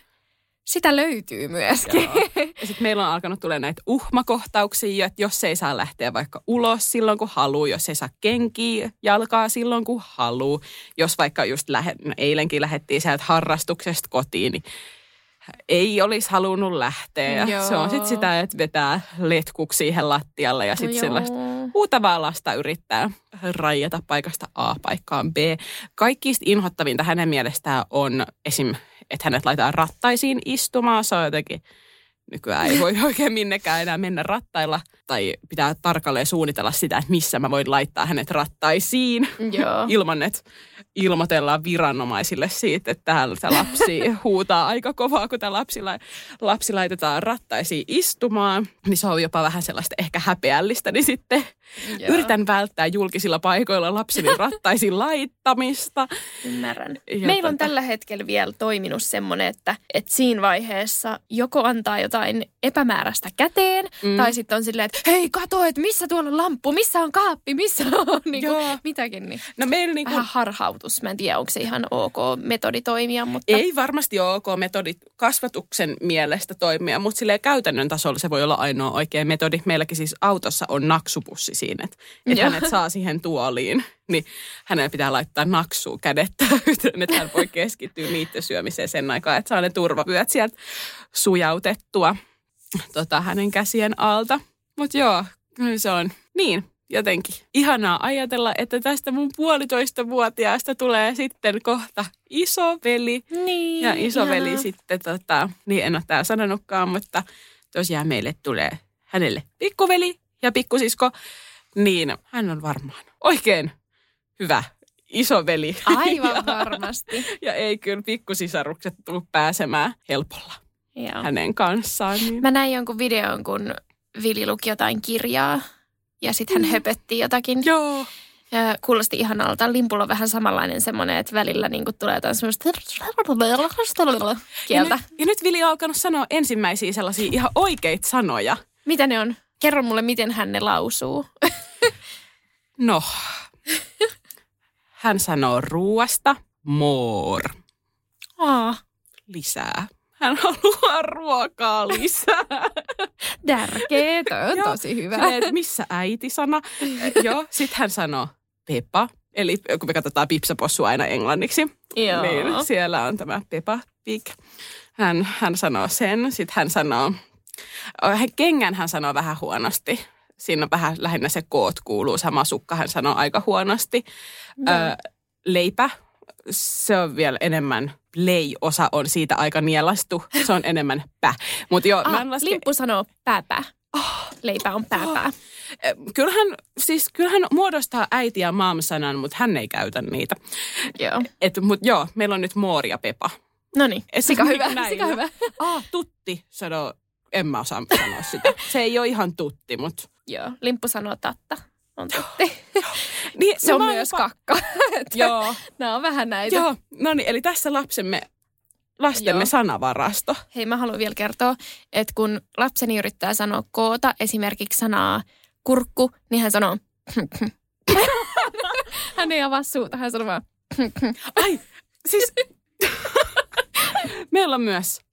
Speaker 3: sitä löytyy myöskin.
Speaker 4: Joo. Ja sitten meillä on alkanut tulla näitä uhmakohtauksia, että jos ei saa lähteä vaikka ulos silloin, kun haluaa, jos ei saa kenkiä jalkaa silloin, kun haluaa. Jos vaikka just eilenkin lähdettiin sieltä harrastuksesta kotiin, niin ei olisi halunnut lähteä. Ja se on sitten sitä, että vetää letkuksi siihen lattialle ja sitten sellaista huutavaa lasta yrittää rajata paikasta A paikkaan B. Kaikista inhottavinta hänen mielestään on esim. Että hänet laitetaan rattaisiin istumaan. Se on jotenkin, nykyään ei voi oikein minnekään enää mennä rattailla. Tai pitää tarkalleen suunnitella sitä, että missä mä voin laittaa hänet rattaisiin.
Speaker 3: Joo.
Speaker 4: Ilman, että ilmoitellaan viranomaisille siitä, että täällä lapsi huutaa aika kovaa, kun tämä lapsi laitetaan rattaisiin istumaan. Niin se on jopa vähän sellaista ehkä häpeällistä, niin sitten yritän välttää julkisilla paikoilla lapseni rattaisiin laittamista.
Speaker 3: Ymmärrän. Meillä on tällä hetkellä vielä toiminut semmoinen, että siinä vaiheessa joko antaa jotain epämääräistä käteen, tai sitten on silleen, että hei, kato, että missä tuolla on lamppu, missä on kaappi, missä on mitäkin. Niin. No meillä vähän harhautus. Mä en tiedä, onko se ihan ok metodi toimia, mutta...
Speaker 4: Ei varmasti ole ok metodi kasvatuksen mielestä toimia, mutta silleen käytännön tasolla se voi olla ainoa oikea metodi. Meilläkin siis autossa on naksupussi siinä, että hänet saa siihen tuoliin, niin hänellä pitää laittaa naksua kädet täyteen, että hän voi keskittyä niiden syömiseen sen aikaa, että saa ne turvavyöt sieltä sujautettua hänen käsien alta. Mutta joo, se on niin jotenkin ihanaa ajatella, että tästä mun 1,5-vuotiaasta tulee sitten kohta isoveli.
Speaker 3: Niin,
Speaker 4: ja isoveli ihanaa. Sitten, niin en ole täällä sanonutkaan, mutta tosiaan meille tulee hänelle pikkuveli ja pikkusisko. Niin hän on varmaan oikein hyvä isoveli.
Speaker 3: Aivan varmasti.
Speaker 4: Ja ei kyllä pikkusisarukset tule pääsemään helpolla. hänen kanssaan. Niin.
Speaker 3: Mä näin jonkun videon, kun Vili luki jotain kirjaa ja sitten hän höpötti jotakin.
Speaker 4: Joo.
Speaker 3: Ja kuulosti ihanalta. Limpulla on vähän samanlainen semmoinen, että välillä niin kuin tulee jotain semmoista kieltä.
Speaker 4: Ja nyt Vili on alkanut sanoa ensimmäisiä sellaisia ihan oikeita sanoja.
Speaker 3: Mitä ne on? Kerro mulle, miten hän ne lausuu.
Speaker 4: No, hän sanoo ruuasta more. Lisää. Hän haluaa ruokaa lisää.
Speaker 3: Tärkeä, toi on tosi hyvä.
Speaker 4: Silleen, missä äiti-sana? Joo, sitten hän sanoo Peppa. Eli kun me katsotaan Pipsapossua aina englanniksi, niin siellä on tämä Peppa Pig. Hän sanoo sen. Sitten hän sanoo, kengän hän sanoo vähän huonosti. Siinä on vähän lähinnä se koot kuuluu. Sama sukka hän sanoo aika huonosti. Leipä, se on vielä enemmän play-osa on siitä aika nielastu. Se on enemmän pä. Mut joo,
Speaker 3: Limppu sanoo pääpä. Leipä on pääpää.
Speaker 4: Kyllähän muodostaa äiti- ja maam-sanan, mutta hän ei käytä niitä.
Speaker 3: Joo.
Speaker 4: Mutta joo, meillä on nyt Moori ja Pepa.
Speaker 3: Noniin, sika hyvä.
Speaker 4: Tutti sanoo, en mä osaa sanoa sitä. Se ei ole ihan tutti, mutta...
Speaker 3: Joo, Limppu sanoo tatta. On tutti.
Speaker 4: Niin,
Speaker 3: se on myös kakka.
Speaker 4: Joo.
Speaker 3: Nämä on vähän näitä.
Speaker 4: Joo, no niin, eli tässä lastemme sanavarasto.
Speaker 3: Hei, mä haluan vielä kertoa, että kun lapseni yrittää sanoa koota, esimerkiksi sanaa kurkku, niin hän sanoo hän ei avaa suuta, hän sanoo vaan
Speaker 4: ai, siis meillä on myös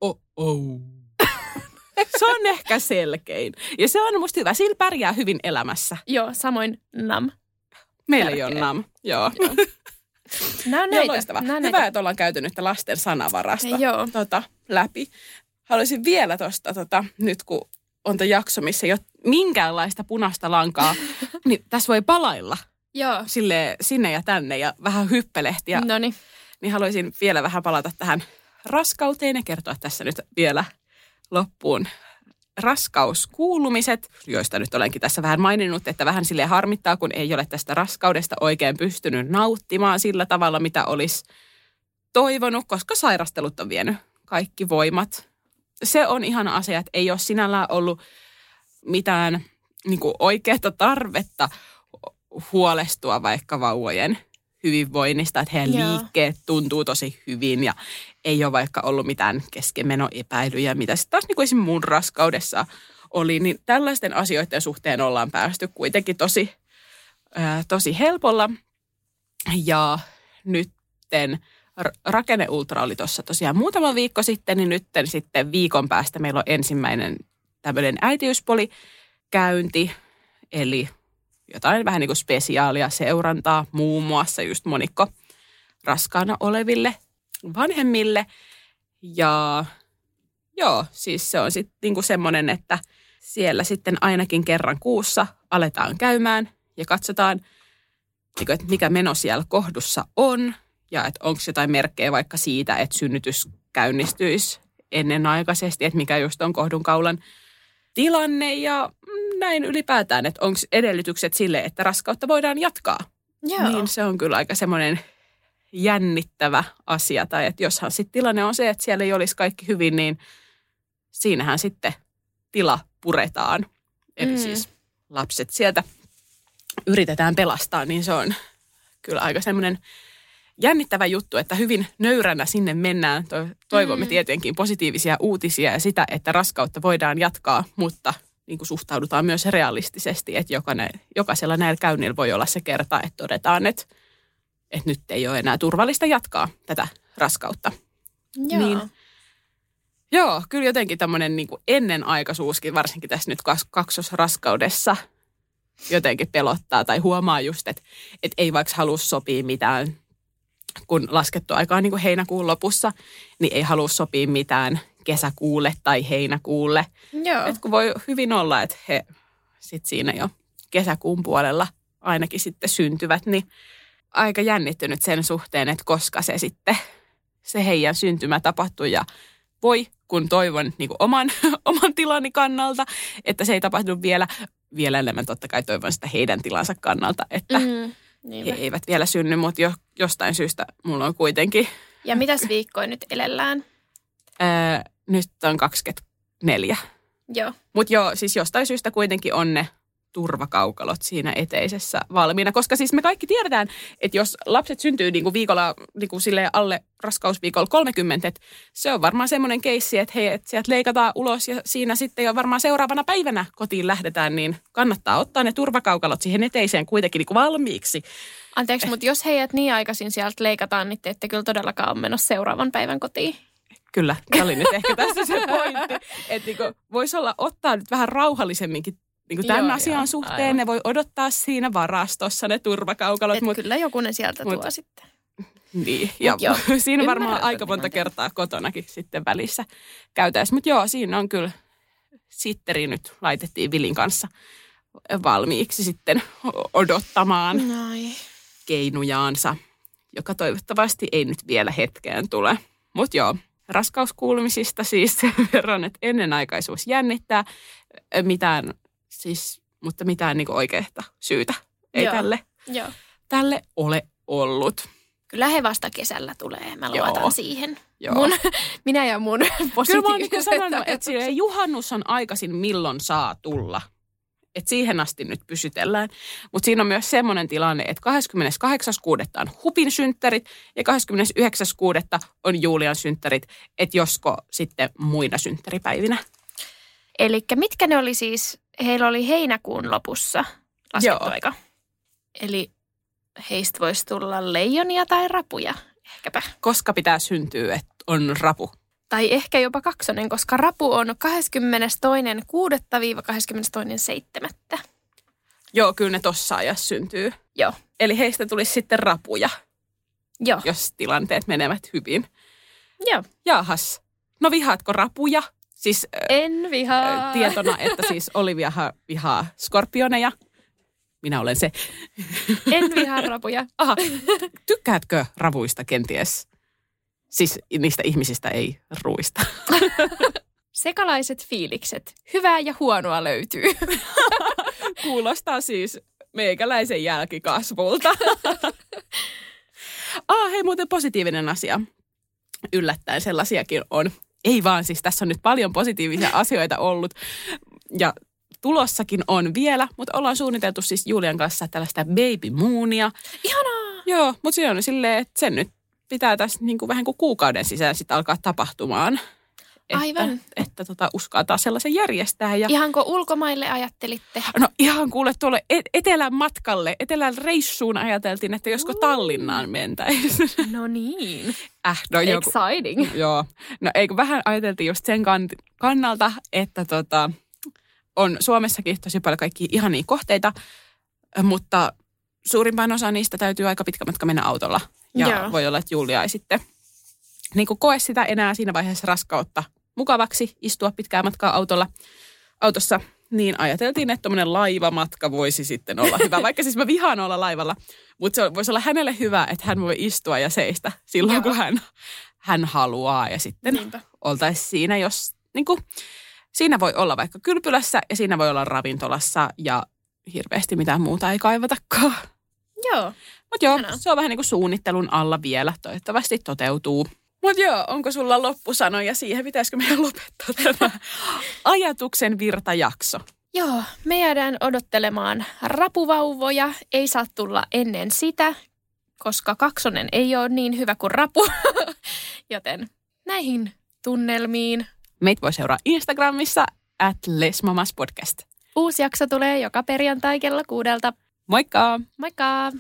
Speaker 4: se on ehkä selkein. Ja se on musta hyvä. Sillä pärjää hyvin elämässä.
Speaker 3: Joo, samoin nam.
Speaker 4: Meillä ei ole nam. Joo.
Speaker 3: Nämä on näitä.
Speaker 4: Loistava. Hyvä, että ollaan käyty nyt lasten sanavarasta läpi. Haluaisin vielä tuosta, nyt kun on tuo jakso, missä ei ole minkäänlaista punaista lankaa, niin tässä voi palailla.
Speaker 3: Joo.
Speaker 4: Silleen sinne ja tänne ja vähän hyppelehtiä.
Speaker 3: Noniin.
Speaker 4: Niin haluaisin vielä vähän palata tähän raskauteen ja kertoa tässä nyt vielä loppuun raskauskuulumiset, joista nyt olenkin tässä vähän maininnut, että vähän silleen harmittaa, kun ei ole tästä raskaudesta oikein pystynyt nauttimaan sillä tavalla, mitä olisi toivonut, koska sairastelut on vienyt kaikki voimat. Se on ihana asia, että ei ole sinällään ollut mitään niin kuin oikeaa tarvetta huolestua vaikka vauvojen hyvinvoinnista, että heidän liikkeet tuntuu tosi hyvin ja ei ole vaikka ollut mitään keskenmenoepäilyjä, mitä sitten taas niin kuin esimerkiksi mun raskaudessa oli, niin tällaisten asioiden suhteen ollaan päästy kuitenkin tosi helpolla. Ja nytten rakenneultra oli tuossa tosiaan muutama viikko sitten, niin nytten sitten viikon päästä meillä on ensimmäinen tämmöinen äitiyspolikäynti, eli jotain vähän niin kuin spesiaalia seurantaa, muun muassa just monikko raskaana oleville vanhemmille. Ja joo, siis se on sitten niin kuin semmoinen, että siellä sitten ainakin kerran kuussa aletaan käymään ja katsotaan, että mikä meno siellä kohdussa on ja että onko jotain merkkejä vaikka siitä, että synnytys käynnistyisi ennenaikaisesti, että mikä just on kohdunkaulan tilanne ja näin ylipäätään, että onko edellytykset sille, että raskautta voidaan jatkaa.
Speaker 3: Joo.
Speaker 4: Niin se on kyllä aika semmoinen jännittävä asia. Tai että joshan sitten tilanne on se, että siellä ei olisi kaikki hyvin, niin siinähän sitten tila puretaan. Eli siis lapset sieltä yritetään pelastaa, niin se on kyllä aika semmoinen jännittävä juttu, että hyvin nöyränä sinne mennään. Toivomme tietenkin positiivisia uutisia ja sitä, että raskautta voidaan jatkaa, mutta niin kuin suhtaudutaan myös realistisesti, että jokaisella näillä käynnillä voi olla se kerta, että todetaan, että nyt ei ole enää turvallista jatkaa tätä raskautta.
Speaker 3: Joo.
Speaker 4: Niin, joo, kyllä jotenkin tämmöinen niin kuin ennenaikaisuuskin, varsinkin tässä nyt kaksosraskaudessa, jotenkin pelottaa tai huomaa just, että ei vaikka halua sopia mitään, kun laskettu aika on niin kuin heinäkuun lopussa, niin ei halua sopia mitään kesäkuulle tai heinäkuulle.
Speaker 3: Joo.
Speaker 4: Et kun voi hyvin olla, että he sitten siinä jo kesäkuun puolella ainakin sitten syntyvät, niin aika jännittynyt sen suhteen, että koska se heidän syntymä tapahtuu ja kun toivon niin kuin oman tilani kannalta, että se ei tapahdu vielä enemmän totta kai toivon sitä heidän tilansa kannalta, että he eivät vielä synny, mutta jostain syystä mulla on kuitenkin.
Speaker 3: Ja mitäs viikkoja nyt elellään?
Speaker 4: nyt on 24.
Speaker 3: Joo.
Speaker 4: Mutta joo, siis jostain syystä kuitenkin on ne turvakaukalot siinä eteisessä valmiina. Koska siis me kaikki tiedetään, että jos lapset syntyy niinku viikolla, niinku silleen alle raskausviikolla 30, että se on varmaan semmoinen keissi, että hei, että sieltä leikataan ulos ja siinä sitten jo varmaan seuraavana päivänä kotiin lähdetään, niin kannattaa ottaa ne turvakaukalot siihen eteiseen kuitenkin niinku valmiiksi.
Speaker 3: Anteeksi, mutta jos heidät niin aikaisin sieltä leikataan, niin te ette kyllä todellakaan ole menossa seuraavan päivän kotiin.
Speaker 4: Kyllä, tämä oli nyt ehkä tässä se pointti, että niinku voisi olla ottaa nyt vähän rauhallisemminkin niin tämän asian suhteen. Aivan. Ne voi odottaa siinä varastossa ne turvakaukalot.
Speaker 3: Kyllä joku ne sieltä tuo sitten.
Speaker 4: Niin, ja siinä varmaan aika monta kertaa kotonakin sitten välissä käytäisiin. Mutta joo, siinä on kyllä sitteri nyt laitettiin Vilin kanssa valmiiksi sitten odottamaan keinujaansa, joka toivottavasti ei nyt vielä hetkeen tule. Mutta joo, raskauskuulumisista siis sen verran, että ennenaikaisuus jännittää mutta mitään niinku oikeaa syytä ei tälle ole ollut.
Speaker 3: Kyllä he vasta kesällä tulee, mä luotan siihen.
Speaker 4: Joo.
Speaker 3: Minä ja mun positiiviset.
Speaker 4: Kyllä mä oon niinku sanonut, että juhannus on aikaisin milloin saa tulla. Että siihen asti nyt pysytellään. Mutta siinä on myös semmoinen tilanne, että 28.6. on Hupin synttärit ja 29.6. on Julian synttärit. Että josko sitten muina synttäripäivinä.
Speaker 3: Elikkä mitkä ne oli siis? Heillä oli heinäkuun lopussa laskettu aika. Eli heistä voisi tulla leijonia tai rapuja, ehkäpä.
Speaker 4: Koska pitää syntyä, että on rapu?
Speaker 3: Tai ehkä jopa kaksonen, koska rapu on 22.6.–22.7.
Speaker 4: Joo, kyllä ne tossa ajassa syntyy.
Speaker 3: Joo.
Speaker 4: Eli heistä tulisi sitten rapuja,
Speaker 3: joo,
Speaker 4: jos tilanteet menevät hyvin.
Speaker 3: Joo.
Speaker 4: Jaahas. No vihaatko rapuja? Siis,
Speaker 3: en vihaa.
Speaker 4: Tietona, että siis Olivia vihaa skorpioneja. Minä olen se.
Speaker 3: En vihaa rapuja.
Speaker 4: Aha. Tykkäätkö ravuista kenties? Siis niistä ihmisistä ei ruuista.
Speaker 3: Sekalaiset fiilikset. Hyvää ja huonoa löytyy.
Speaker 4: Kuulostaa siis meikäläisen jälkikasvulta. Hei, muuten positiivinen asia. Yllättäen sellaisiakin on. Ei vaan, siis tässä on nyt paljon positiivisia asioita ollut ja tulossakin on vielä, mutta ollaan suunniteltu siis Julian kanssa tällaista baby moonia.
Speaker 3: Ihanaa!
Speaker 4: Joo, mutta se on silleen, että sen nyt pitää tässä niin kuin vähän kuin kuukauden sisään sitten alkaa tapahtumaan.
Speaker 3: Aivan.
Speaker 4: Että uskaltaa sellaisen järjestää. Ja
Speaker 3: ihanko ulkomaille ajattelitte?
Speaker 4: No ihan kuule tuolle etelän matkalle, etelän reissuun ajateltiin, että josko Tallinnaan mentäisiin.
Speaker 3: No niin.
Speaker 4: No
Speaker 3: exciting.
Speaker 4: Joo. No eikö vähän ajateltiin just sen kannalta, että on Suomessakin tosi paljon kaikkia ihania kohteita, mutta suurimpaan osa niistä täytyy aika pitkä matka mennä autolla. Ja voi olla, että Julia ei sitten niin kuin koe sitä enää siinä vaiheessa raskautta mukavaksi istua pitkää matkaa autossa. Niin ajateltiin, että tommoinen laivamatka voisi sitten olla hyvä. Vaikka siis mä vihaan olla laivalla, mutta se voisi olla hänelle hyvä, että hän voi istua ja seistä silloin, kun hän haluaa. Ja sitten oltaisiin siinä, jos niin kuin, siinä voi olla vaikka kylpylässä ja siinä voi olla ravintolassa ja hirveästi mitään muuta ei kaivatakaan.
Speaker 3: Joo.
Speaker 4: Mutta joo, se on vähän niin kuin suunnittelun alla vielä. Toivottavasti toteutuu. Mutta joo, onko sulla loppusanoja siihen? Pitäisikö meidän lopettaa tämä ajatuksen virtajakso?
Speaker 3: Joo, me jäädään odottelemaan rapuvauvoja. Ei saa tulla ennen sitä, koska kaksonen ei ole niin hyvä kuin rapu. Joten näihin tunnelmiin.
Speaker 4: Meitä voi seuraa Instagramissa @lesmamaspodcast.
Speaker 3: Uusi jakso tulee joka perjantai kello 6.
Speaker 4: Moikka!
Speaker 3: Moikka!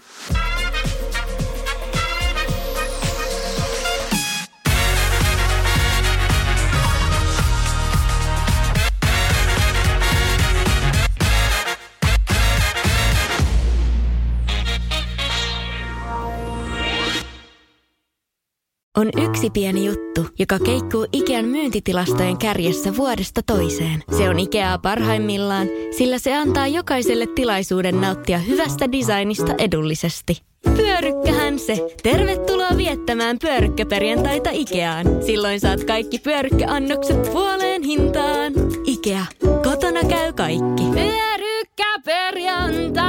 Speaker 1: On yksi pieni juttu, joka keikkuu Ikean myyntitilastojen kärjessä vuodesta toiseen. Se on Ikeaa parhaimmillaan, sillä se antaa jokaiselle tilaisuuden nauttia hyvästä designista edullisesti. Pyörykkähän se! Tervetuloa viettämään pyörykkäperjantaita Ikeaan. Silloin saat kaikki pyörykkäannokset puoleen hintaan. Ikea. Kotona käy kaikki. Pyörykkäperjantai!